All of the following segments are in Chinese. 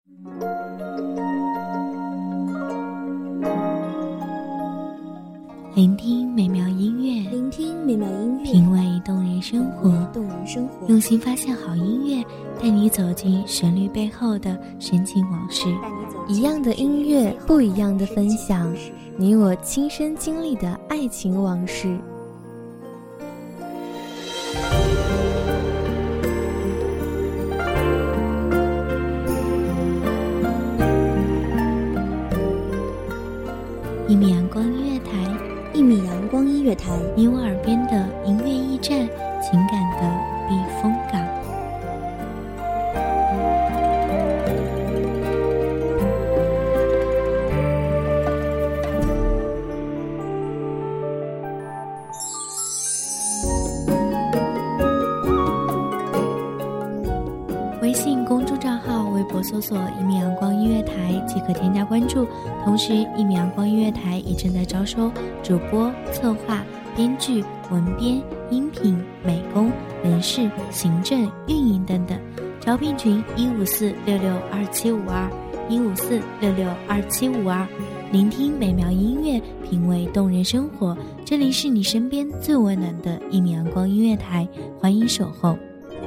聆听美妙音乐，品味动人生活，用心发现好音乐，带你走进旋律背后的深情往事。 一样的音乐，不一样的分享，你我亲身经历的爱情往事。 一米阳光音乐台， 一米阳光音乐台， 你我耳边的音乐驿站，情感的避风港。微信公众账号、微博搜索一米阳光音乐台即可添加关注。同时，一米阳光音乐台也正在招收主播、策划、编剧、文编、音频、美工、人事、行政、运营等等。招聘群154662752，154662752。聆听美妙音乐，品味动人生活。这里是你身边最温暖的一米阳光音乐台，欢迎守候。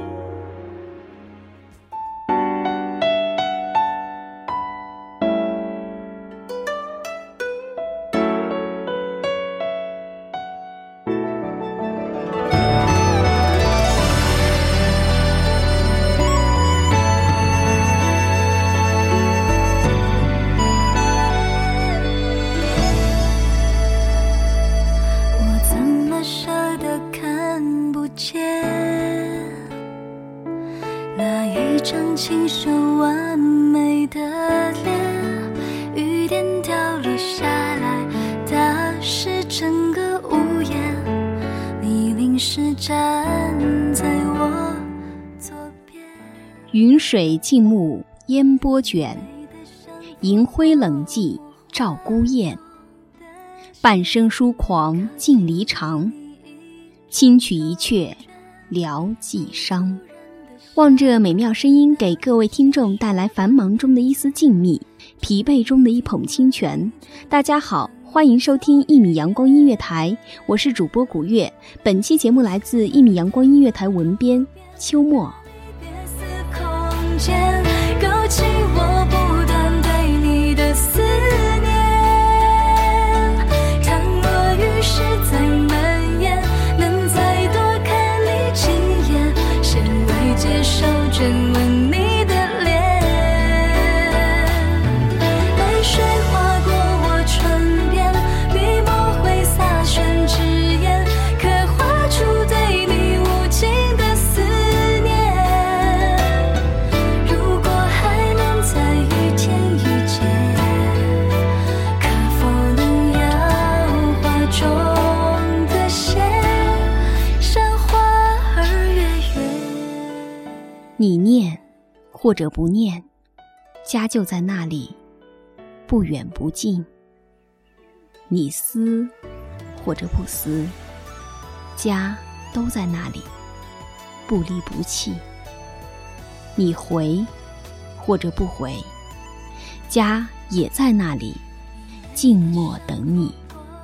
那一张清秀完美的脸，雨点掉落下来，打湿整个屋檐，你淋湿站在我左边。 云水静沐烟波卷，银辉冷寂照孤雁。半生疏狂尽离肠，轻取一阙聊寄伤。望着美妙声音给各位听众带来繁忙中的一丝静谧，疲惫中的一捧清泉。大家好，欢迎收听一米阳光音乐台，我是主播古月。本期节目来自一米阳光音乐台文编秋末。 勾起我不断对你的思念，看我于是在蔓延，能再多看你几眼，先未接受眷吻你的脸，泪水划过我唇边，笔墨挥洒宣纸砚，刻画出对你无尽的思念。如果还能在雨天遇见，可否能摇花中的线，像花儿月圆。 你念或者不念，家就在那里，不远不近。你思或者不思，家都在那里，不离不弃。你回或者不回，家也在那里，静默等你。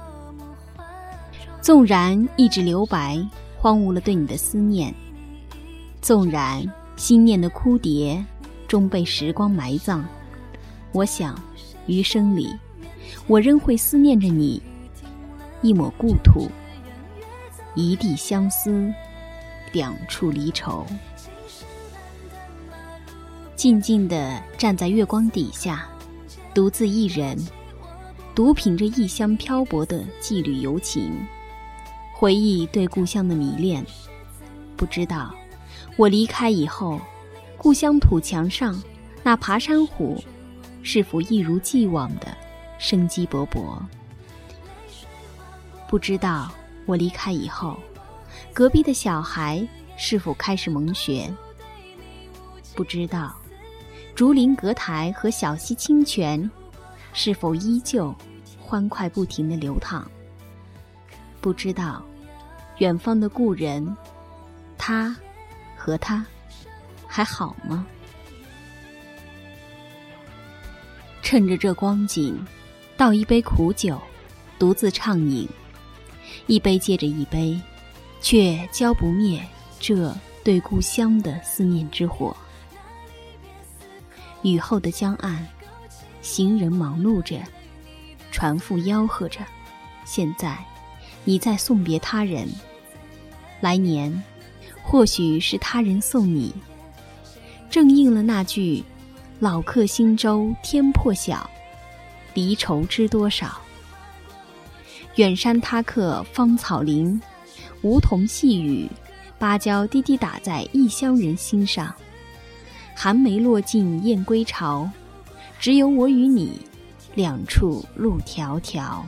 纵然一直留白，荒芜了对你的思念，纵然心念的枯蝶终被时光埋葬，我想余生里我仍会思念着你，一抹故土，一地相思，两处离愁。静静地站在月光底下，独自一人，独品着异乡漂泊的羁旅游情，回忆对故乡的迷恋。不知道我离开以后，故乡土墙上那爬山虎是否一如既往的生机勃勃。不知道我离开以后，隔壁的小孩是否开始蒙学。不知道竹林阁台和小溪清泉是否依旧欢快不停地流淌。不知道远方的故人，他和他还好吗？ 趁着这光景，倒一杯苦酒，独自畅饮，一杯接着一杯，却浇不灭这对故乡的思念之火。雨后的江岸，行人忙碌着，船夫吆喝着，现在你在送别他人，来年或许是他人送你，正应了那句老客新舟天破晓，离愁知多少。远山他客芳草林，梧桐细雨，芭蕉滴滴打在异乡人心上。寒梅落尽雁归巢，只有我与你，两处路迢迢。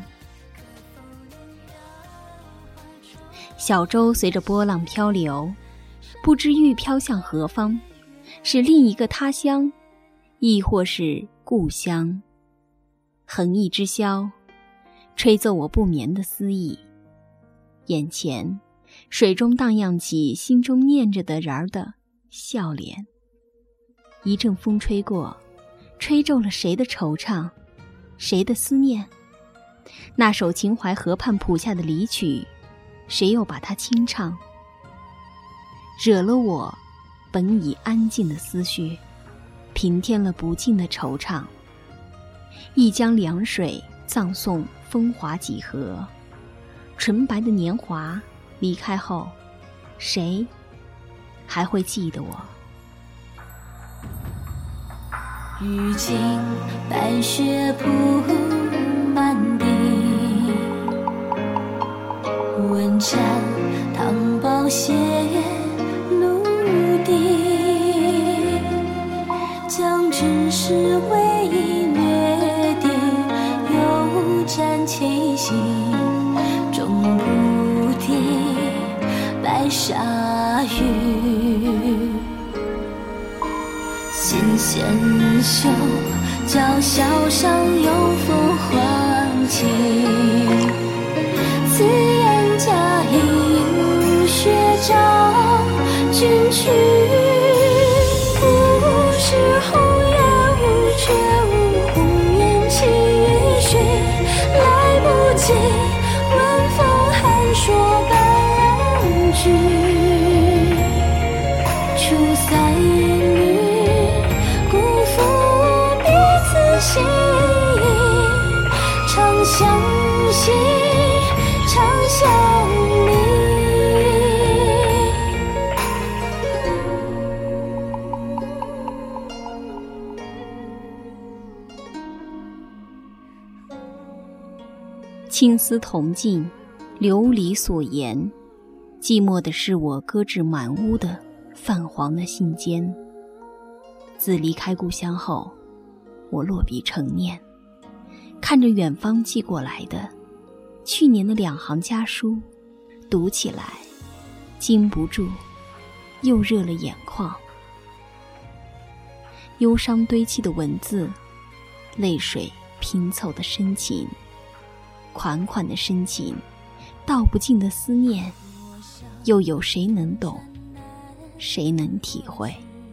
小舟随着波浪漂流，不知欲飘向何方，是另一个他乡，亦或是故乡。横溢之箫，吹奏我不眠的思忆。眼前，水中荡漾起心中念着的人儿的笑脸。一阵风吹过，吹皱了谁的惆怅，谁的思念？那首秦淮河畔谱下的离曲，谁又把它清唱？惹了我本已安静的思绪，平添了不尽的惆怅。一江凉水葬送风华几何，纯白的年华离开后，谁还会记得我？ 如今白雪铺满地，问斩唐宝血陆地，将军是唯一略地，又战其心，终不敌白沙雨。心弦袖，叫笑上有风唤起，此言假意血照君躯。不是红颜无却无红颜弃雪，来不及闻风寒说半句。出塞女心常相惜，常相依。 青丝铜镜，琉璃所言，寂寞的是我搁置满屋的泛黄的信笺。自离开故乡后，我落笔成念，看着远方寄过来的去年的2行家书，读起来禁不住又热了眼眶。忧伤堆砌的文字，泪水拼凑的深情，款款的深情，道不尽的思念，又有谁能懂，谁能体会？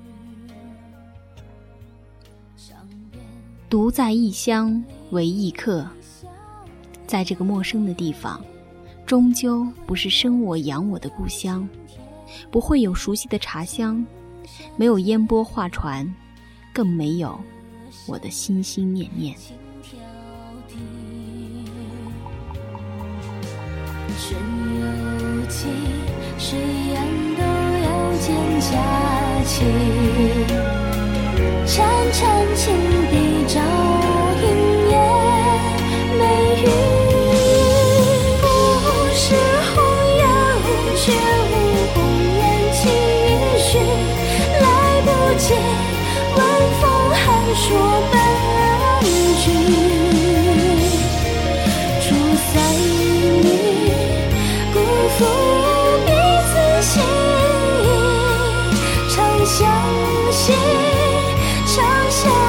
独在异乡为异客，在这个陌生的地方，终究不是生我养我的故乡，不会有熟悉的茶香，没有烟波画船，更没有我的心心念念。 春有情，谁言都有间佳期，潺潺情笔照映夜美玉。不是红颜无却无红颜弃雪，来不及闻风寒说半句。出塞女辜负彼此心意，常相惜，常相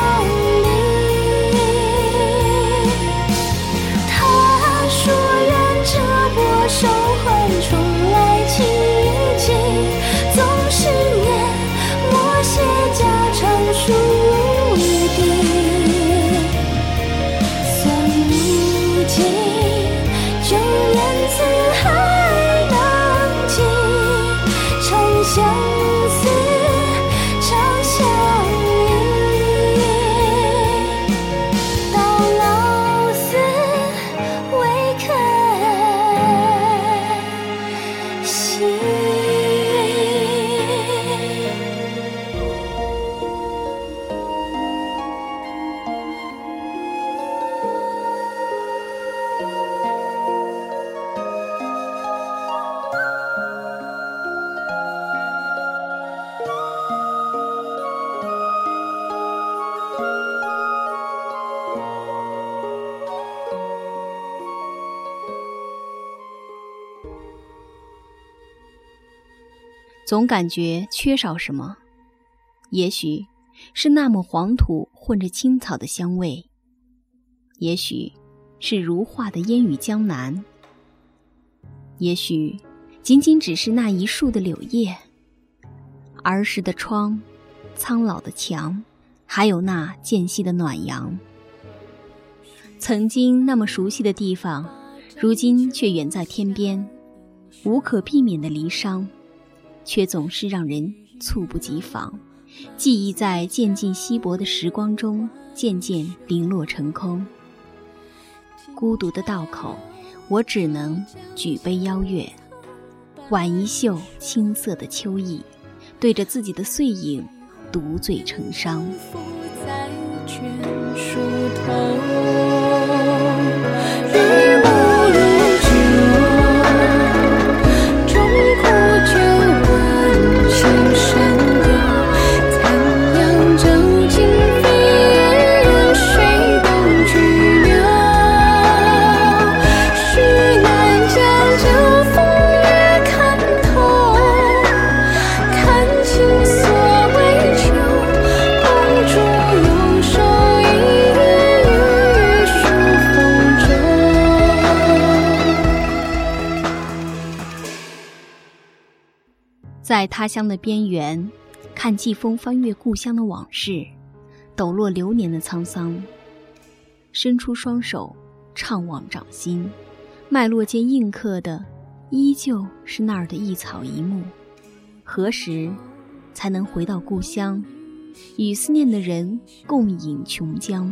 总感觉缺少什么，也许是那么黄土混着青草的香味，也许是如画的烟雨江南，也许仅仅只是那一树的柳叶，儿时的窗，苍老的墙，还有那间隙的暖阳。曾经那么熟悉的地方，如今却远在天边，无可避免的离殇，却总是让人猝不及防。记忆在渐进稀薄的时光中渐渐零落成空。孤独的道口，我只能举杯邀月，挽一袖青涩的秋意，对着自己的碎影独醉成伤。 伏在眷属头，日暮如酒，钟鼓酒问青山柳，残阳照尽飞燕，任水东去流。许南将这风月看透，看清所谓酒，红烛右手一月数风中。 在他乡的边缘，看季风翻越故乡的往事，抖落流年的沧桑，伸出双手怅望掌心，脉络间印刻的依旧是那儿的一草一木。何时才能回到故乡，与思念的人共饮琼浆？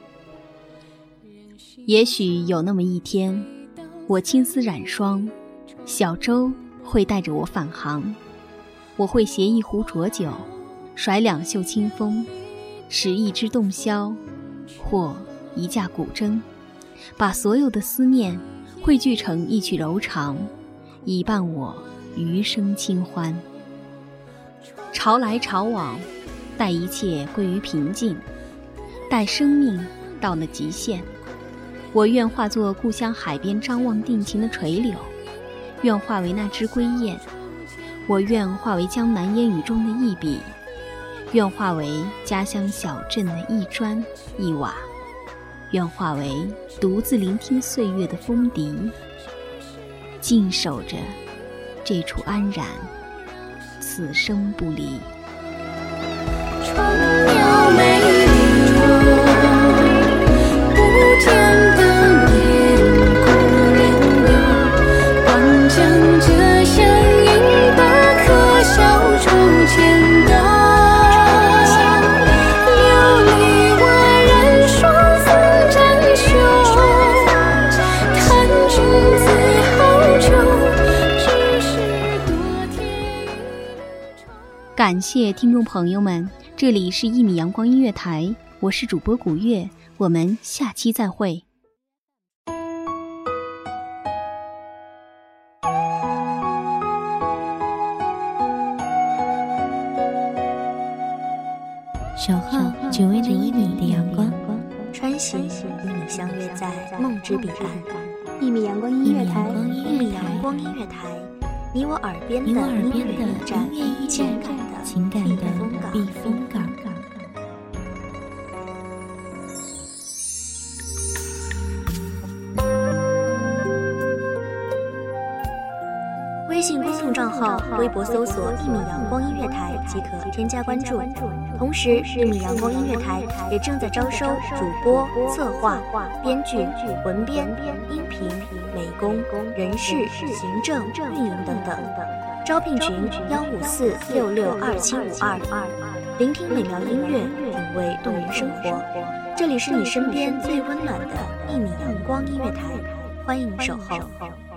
也许有那么一天，我青丝染霜，小舟会带着我返航，我会携一壶浊酒，甩两袖清风，拾一支洞箫，或一架古筝，把所有的思念汇聚成一曲柔肠，以伴我余生清欢。潮来潮往，待一切归于平静，待生命到了极限，我愿化作故乡海边张望定情的垂柳，愿化为那只归雁，我愿化为江南烟雨中的一笔，愿化为家乡小镇的一砖一瓦，愿化为独自聆听岁月的风笛，静守着这处安然，此生不离。 春鸟美丽，不见的年古人流，望将这乡音把可笑愁牵到。琉璃瓦染霜风沾袖，弹君子好酒，只是多添一窗。 感谢听众朋友们，这里是1米阳光音乐台，我是主播古月，我们下期再会。 守候只为那1米的阳光， 穿行与你相约在梦之彼岸。1米阳光音乐台，1米阳光音乐台，你我耳边的音乐驿站，情感的避风港。微信公众账号、微博搜索“1米阳光音乐台”即可添加关注。同时，1米阳光音乐台也正在招收主播、策划、编剧、文编、音频、美工、人事、行政、运营等等。招聘群154662752。聆听美妙音乐，品味动人生活。这里是你身边最温暖的1米阳光音乐台，欢迎守候。